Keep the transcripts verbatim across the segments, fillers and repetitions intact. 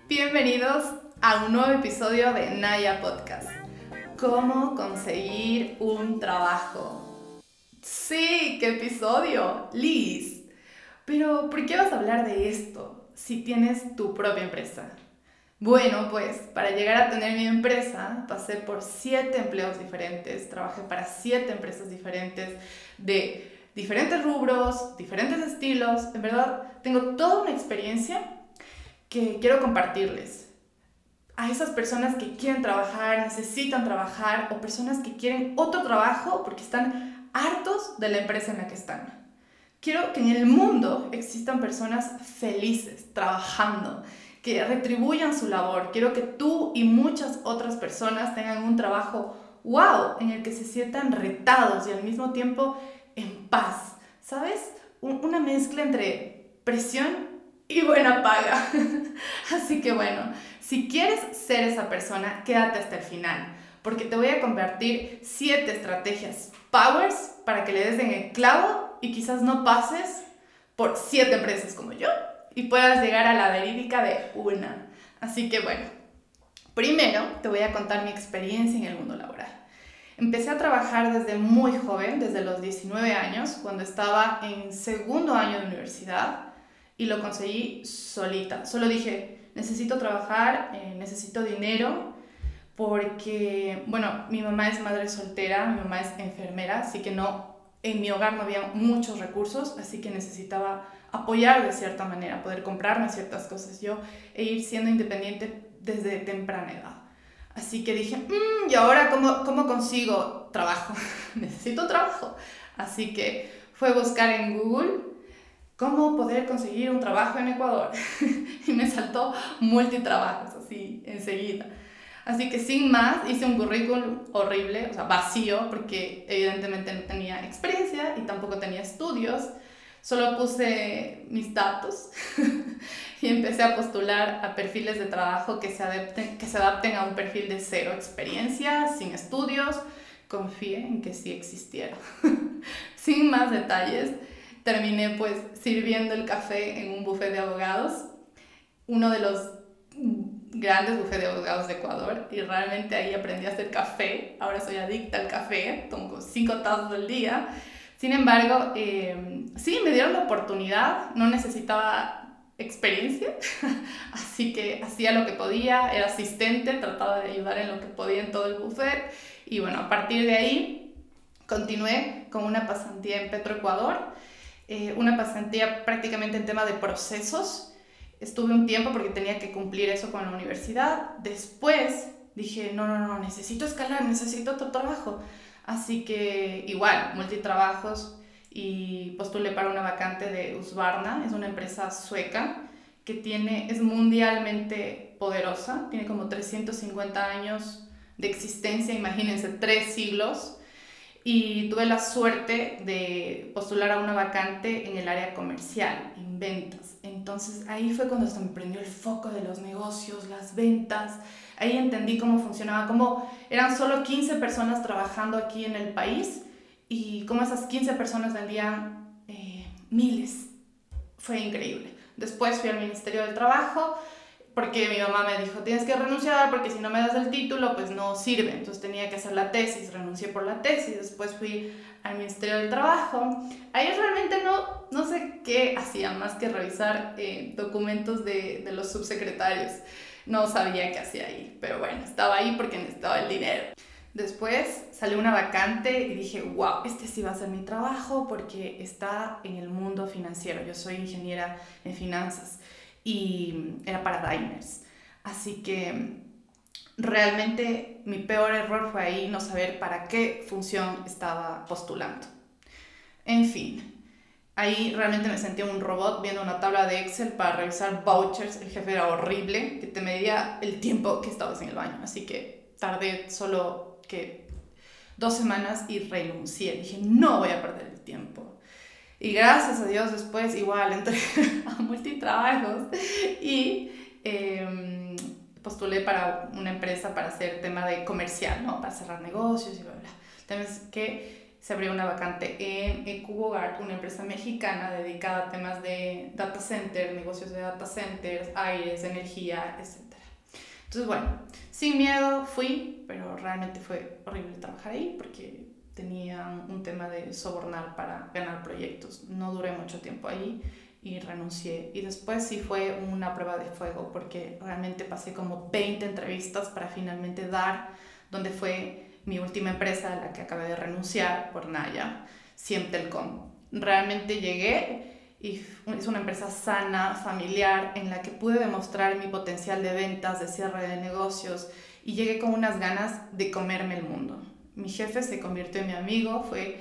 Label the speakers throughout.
Speaker 1: Bienvenidos a un nuevo episodio de Naya Podcast. ¿Cómo conseguir un trabajo? Sí, ¿qué episodio? Liz. Pero, ¿por qué vas a hablar de esto si tienes tu propia empresa? Bueno, pues para llegar a tener mi empresa pasé por siete empleos diferentes, trabajé para siete empresas diferentes de diferentes rubros, diferentes estilos. En verdad, tengo toda una experiencia que quiero compartirles a esas personas que quieren trabajar, necesitan trabajar, o personas que quieren otro trabajo porque están hartos de la empresa en la que están. Quiero que en el mundo existan personas felices, trabajando, que retribuyan su labor. Quiero que tú y muchas otras personas tengan un trabajo wow, en el que se sientan retados y al mismo tiempo en paz. ¿Sabes? Una mezcla entre presión y buena paga. Así que bueno, si quieres ser esa persona, quédate hasta el final, porque te voy a compartir siete estrategias powers para que le des en el clavo y quizás no pases por siete empresas como yo y puedas llegar a la verídica de una. Así que bueno, primero te voy a contar mi experiencia en el mundo laboral. Empecé a trabajar desde muy joven, desde los diecinueve años, cuando estaba en segundo año de universidad, y lo conseguí solita. Solo dije, necesito trabajar, eh, necesito dinero, porque, bueno, mi mamá es madre soltera, mi mamá es enfermera, así que no, en mi hogar no había muchos recursos, así que necesitaba apoyar de cierta manera, poder comprarme ciertas cosas yo e ir siendo independiente desde temprana edad. Así que dije, mmm, ¿y ahora cómo, cómo consigo trabajo? Necesito trabajo. Así que fue buscar en Google cómo poder conseguir un trabajo en Ecuador. Y me saltó multitrabajos, así, enseguida. Así que sin más, hice un currículum horrible, o sea, vacío, porque evidentemente no tenía experiencia y tampoco tenía estudios. Solo puse mis datos y empecé a postular a perfiles de trabajo que se adapten, que se adapten a un perfil de cero experiencia, sin estudios. Confié en que sí existiera. Sin más detalles, terminé pues sirviendo el café en un buffet de abogados, uno de los grandes bufetes de abogados de Ecuador, y realmente ahí aprendí a hacer café. Ahora soy adicta al café, tomo cinco tazas al día. Sin embargo, eh, sí, me dieron la oportunidad, no necesitaba experiencia, así que hacía lo que podía, era asistente, trataba de ayudar en lo que podía en todo el buffet, y bueno, a partir de ahí continué con una pasantía en Petroecuador, eh, una pasantía prácticamente en tema de procesos. Estuve un tiempo porque tenía que cumplir eso con la universidad. Después dije, no, no, no, necesito escalar, necesito otro trabajo. Así que igual, multitrabajos, y postulé para una vacante de Husqvarna. Es una empresa sueca que tiene, es mundialmente poderosa, tiene como trescientos cincuenta años de existencia, imagínense, tres siglos. Y tuve la suerte de postular a una vacante en el área comercial, en ventas. Entonces ahí fue cuando se me prendió el foco de los negocios, las ventas. Ahí entendí cómo funcionaba, cómo eran solo quince personas trabajando aquí en el país y cómo esas quince personas vendían eh, miles. Fue increíble. Después fui al Ministerio del Trabajo, porque mi mamá me dijo, tienes que renunciar porque si no me das el título, pues no sirve. Entonces tenía que hacer la tesis, renuncié por la tesis, después fui al Ministerio del Trabajo. Ahí realmente no, no sé qué hacía más que revisar eh, documentos de, de los subsecretarios. No sabía qué hacía ahí, pero bueno, estaba ahí porque necesitaba el dinero. Después salió una vacante y dije, wow, este sí va a ser mi trabajo porque está en el mundo financiero. Yo soy ingeniera en finanzas y era para diners. Así que realmente mi peor error fue ahí no saber para qué función estaba postulando. En fin, ahí realmente me sentí un robot viendo una tabla de Excel para revisar vouchers. El jefe era horrible, que te medía el tiempo que estabas en el baño. Así que tardé solo que dos semanas y renuncié. Dije, no voy a perder el tiempo. Y gracias a Dios después igual entré a multitrabajos y eh, postulé para una empresa para hacer tema de comercial, ¿no? Para cerrar negocios y bla, bla. Entonces que se abrió una vacante en CuboGuard, una empresa mexicana dedicada a temas de data center, negocios de data centers, aires, energía, etcétera. Entonces, bueno, sin miedo fui, pero realmente fue horrible trabajar ahí porque tenía un tema de sobornar para ganar proyectos. No duré mucho tiempo ahí y renuncié. Y después sí fue una prueba de fuego porque realmente pasé como veinte entrevistas para finalmente dar, donde fue mi última empresa, a la que acabé de renunciar por Naya, Siemtelcom. Realmente llegué y es una empresa sana, familiar, en la que pude demostrar mi potencial de ventas, de cierre de negocios, y llegué con unas ganas de comerme el mundo. Mi jefe se convirtió en mi amigo, fue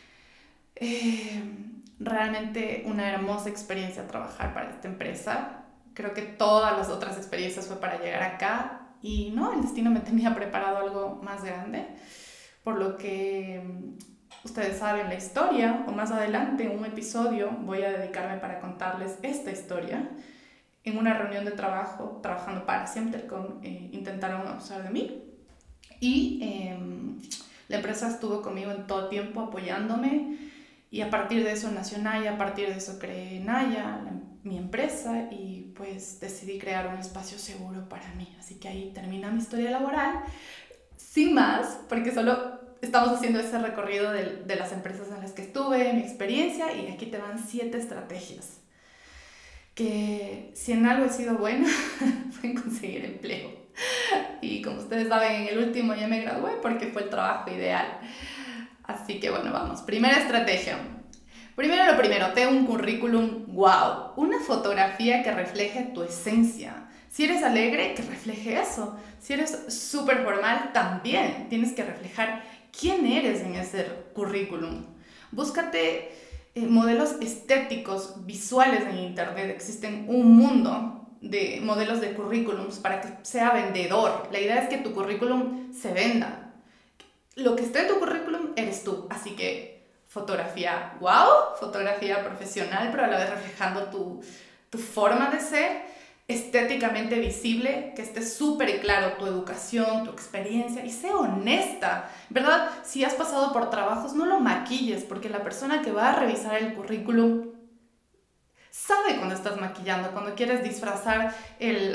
Speaker 1: eh, realmente una hermosa experiencia trabajar para esta empresa. Creo que todas las otras experiencias fue para llegar acá, y no, el destino me tenía preparado algo más grande, por lo que ustedes saben la historia, o más adelante en un episodio voy a dedicarme para contarles esta historia. En una reunión de trabajo, trabajando para Siemtelcom, eh, intentaron abusar de mí, y eh, la empresa estuvo conmigo en todo tiempo apoyándome, y a partir de eso nació Naya, a partir de eso creé Naya, la, mi empresa, y pues decidí crear un espacio seguro para mí. Así que ahí termina mi historia laboral, sin más, porque solo estamos haciendo ese recorrido de, de las empresas en las que estuve, mi experiencia, y aquí te van siete estrategias que, si en algo he sido buena, fue en conseguir empleo. Y como ustedes saben, en el último ya me gradué porque fue el trabajo ideal. Así que bueno, vamos. Primera estrategia. Primero lo primero, ten un currículum wow, una fotografía que refleje tu esencia. Si eres alegre, que refleje eso. Si eres súper formal, también tienes que reflejar quién eres en ese currículum. Búscate eh, modelos estéticos, visuales en internet. Existen un mundo de modelos de currículums para que sea vendedor. La idea es que tu currículum se venda. Lo que esté en tu currículum eres tú, así que fotografía wow, fotografía profesional, pero a la vez reflejando tu, tu forma de ser, estéticamente visible, que esté súper claro tu educación, tu experiencia, y sé honesta, ¿verdad? Si has pasado por trabajos, no lo maquilles, porque la persona que va a revisar el currículum sabe cuando estás maquillando, cuando quieres disfrazar el...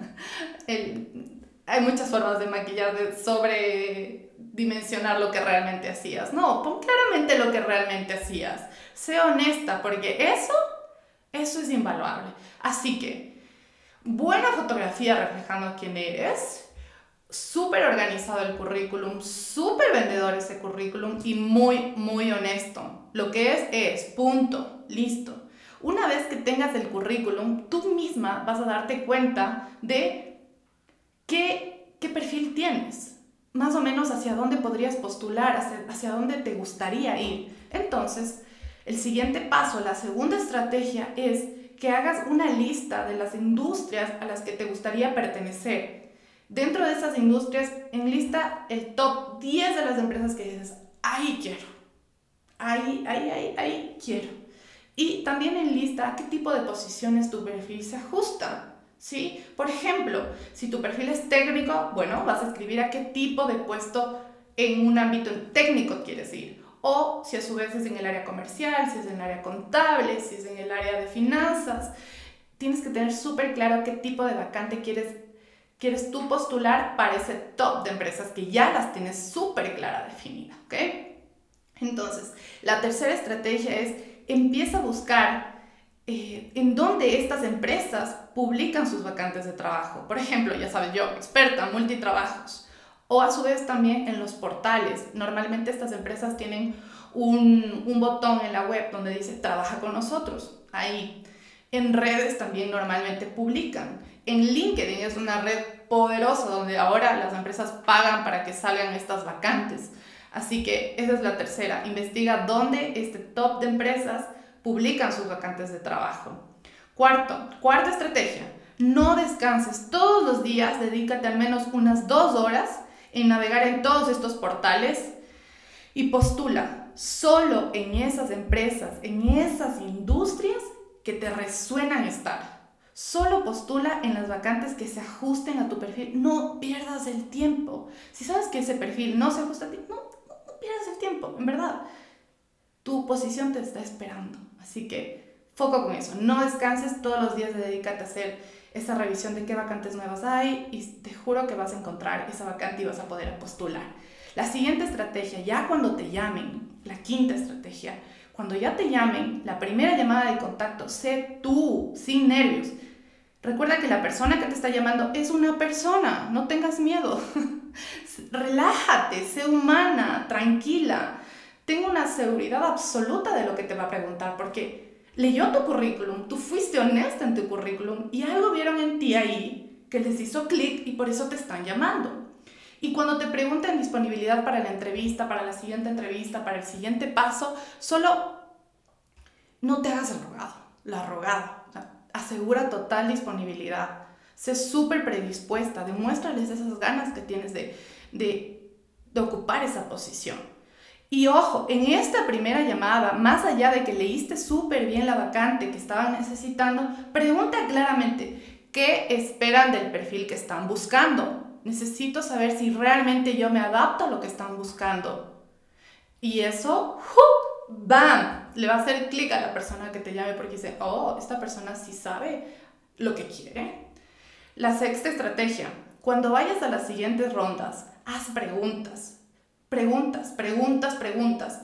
Speaker 1: el hay muchas formas de maquillar, de sobredimensionar lo que realmente hacías. No, pon claramente lo que realmente hacías. Sé honesta, porque eso, eso es invaluable. Así que, buena fotografía reflejando quién eres, súper organizado el currículum, súper vendedor ese currículum y muy, muy honesto. Lo que es, es, punto, listo. Una vez que tengas el currículum, tú misma vas a darte cuenta de ¿Qué, ¿Qué perfil tienes? Más o menos hacia dónde podrías postular, hacia, hacia dónde te gustaría ir. Entonces, el siguiente paso, la segunda estrategia es que hagas una lista de las industrias a las que te gustaría pertenecer. Dentro de esas industrias, enlista el top diez de las empresas que dices, ahí quiero, ahí, ahí, ahí, ahí quiero. Y también enlista a qué tipo de posiciones tu perfil se ajusta. ¿Sí? Por ejemplo, si tu perfil es técnico, bueno, vas a escribir a qué tipo de puesto en un ámbito técnico quieres ir. O si a su vez es en el área comercial, si es en el área contable, si es en el área de finanzas. Tienes que tener súper claro qué tipo de vacante quieres, quieres tú postular para ese top de empresas que ya las tienes súper clara definida, ¿ok? Entonces, la tercera estrategia es empieza a buscar Eh, en donde estas empresas publican sus vacantes de trabajo. Por ejemplo, ya sabes, yo, experta, multitrabajos. O a su vez también en los portales. Normalmente estas empresas tienen un, un botón en la web donde dice trabaja con nosotros. Ahí. En redes también normalmente publican. En LinkedIn es una red poderosa donde ahora las empresas pagan para que salgan estas vacantes. Así que esa es la tercera. Investiga dónde este top de empresas publican sus vacantes de trabajo. Cuarto, cuarta estrategia, no descanses. Todos los días dedícate al menos unas dos horas en navegar en todos estos portales y postula solo en esas empresas, en esas industrias que te resuenan estar. Solo postula en las vacantes que se ajusten a tu perfil. No pierdas el tiempo. Si sabes que ese perfil no se ajusta a ti, no, no pierdas el tiempo, en verdad. Tu posición te está esperando, así que foco con eso. No descanses, todos los días dedícate a hacer esa revisión de qué vacantes nuevas hay y te juro que vas a encontrar esa vacante y vas a poder postular. La siguiente estrategia, ya cuando te llamen, la quinta estrategia, cuando ya te llamen, la primera llamada de contacto, sé tú, sin nervios. Recuerda que la persona que te está llamando es una persona, no tengas miedo. Relájate, sé humana, tranquila. Tengo una seguridad absoluta de lo que te va a preguntar, porque leyó tu currículum, tú fuiste honesta en tu currículum y algo vieron en ti ahí que les hizo clic y por eso te están llamando. Y cuando te pregunten disponibilidad para la entrevista, para la siguiente entrevista, para el siguiente paso, solo no te hagas el rogado, la rogada. O sea, asegura total disponibilidad. Sé súper predispuesta, demuéstrales esas ganas que tienes de, de, de ocupar esa posición. Y ojo, en esta primera llamada, más allá de que leíste súper bien la vacante que estaban necesitando, pregunta claramente qué esperan del perfil que están buscando. Necesito saber si realmente yo me adapto a lo que están buscando. Y eso, ¡uh! ¡Bam! Le va a hacer clic a la persona que te llame porque dice, oh, esta persona sí sabe lo que quiere. La sexta estrategia, cuando vayas a las siguientes rondas, haz preguntas. Preguntas, preguntas, preguntas.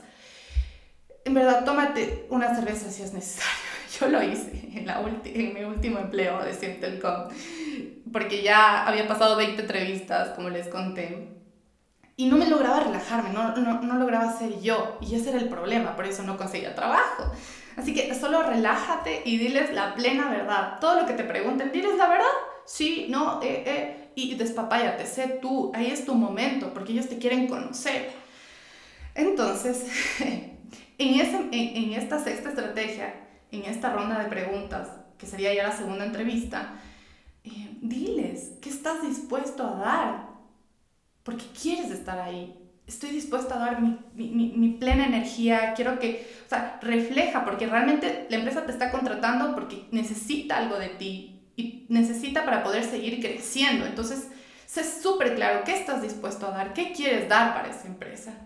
Speaker 1: En verdad, tómate una cerveza si es necesario. Yo lo hice en, la ulti- en mi último empleo de Simtelcom, porque ya había pasado veinte entrevistas, como les conté, y no me lograba relajarme, no, no, no lograba ser yo, y ese era el problema, por eso no conseguía trabajo. Así que solo relájate y diles la plena verdad. Todo lo que te pregunten, diles la verdad. Sí, no, eh, eh, y despapáyate, sé tú, ahí es tu momento, porque ellos te quieren conocer. Entonces, en, ese, en, en esta sexta estrategia, en esta ronda de preguntas, que sería ya la segunda entrevista, eh, diles qué estás dispuesto a dar, porque quieres estar ahí. Estoy dispuesta a dar mi, mi, mi, mi plena energía, quiero que, o sea, refleja, porque realmente la empresa te está contratando porque necesita algo de ti y necesita para poder seguir creciendo. Entonces, sé súper claro qué estás dispuesto a dar, qué quieres dar para esa empresa.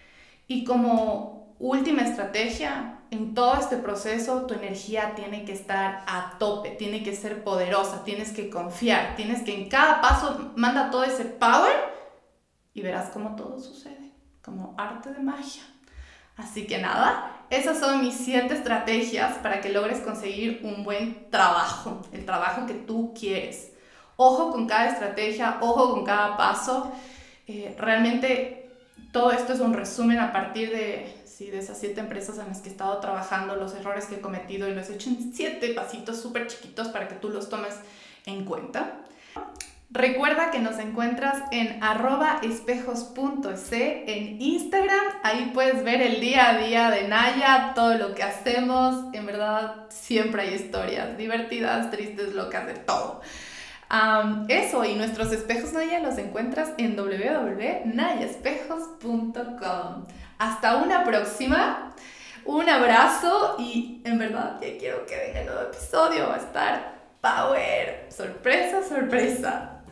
Speaker 1: Y como última estrategia, en todo este proceso tu energía tiene que estar a tope, tiene que ser poderosa, tienes que confiar, tienes que en cada paso manda todo ese power y verás cómo todo sucede, como arte de magia. Así que nada, esas son mis siete estrategias para que logres conseguir un buen trabajo, el trabajo que tú quieres. Ojo con cada estrategia, ojo con cada paso. Eh, realmente todo esto es un resumen a partir de, sí, de esas siete empresas en las que he estado trabajando, los errores que he cometido y los he hecho en siete pasitos súper chiquitos para que tú los tomes en cuenta. Recuerda que nos encuentras en arroba espejos punto es en Instagram. Ahí puedes ver el día a día de Naya, todo lo que hacemos. En verdad, siempre hay historias divertidas, tristes, locas, de todo. Um, eso, y nuestros espejos Naya los encuentras en w w w punto naya espejos punto com. Hasta una próxima. Un abrazo y en verdad ya quiero que venga el nuevo episodio. Va a estar power. Sorpresa, sorpresa.